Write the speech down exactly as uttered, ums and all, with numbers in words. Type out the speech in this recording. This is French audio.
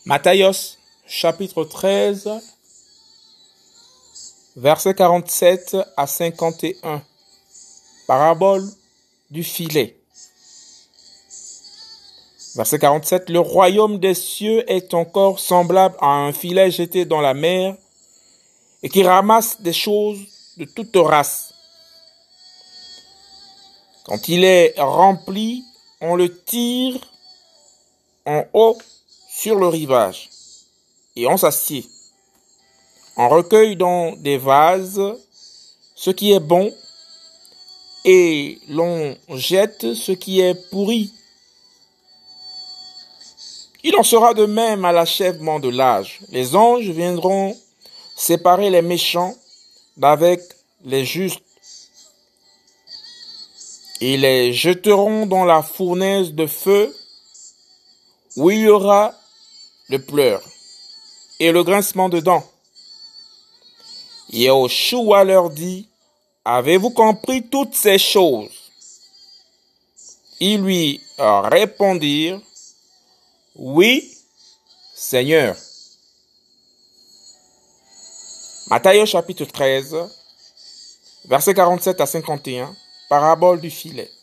Matthios, chapitre treize, versets quarante-sept à cinquante et un. Parabole du filet. Verset quarante-sept. Le royaume des cieux est encore semblable à un filet jeté dans la mer et qui ramasse des choses de toute race. Quand il est rempli, on le tire en haut sur le rivage et on s'assied. On recueille dans des vases ce qui est bon et l'on jette ce qui est pourri. Il en sera de même à l'achèvement de l'âge. Les anges viendront séparer les méchants d'avec les justes et les jeteront dans la fournaise de feu où il y aura le pleur et le grincement de dents. Yahushua leur dit, avez-vous compris toutes ces choses? Ils lui répondirent, oui, Seigneur. Matthieu chapitre treize, versets quarante-sept à cinquante et un, parabole du filet.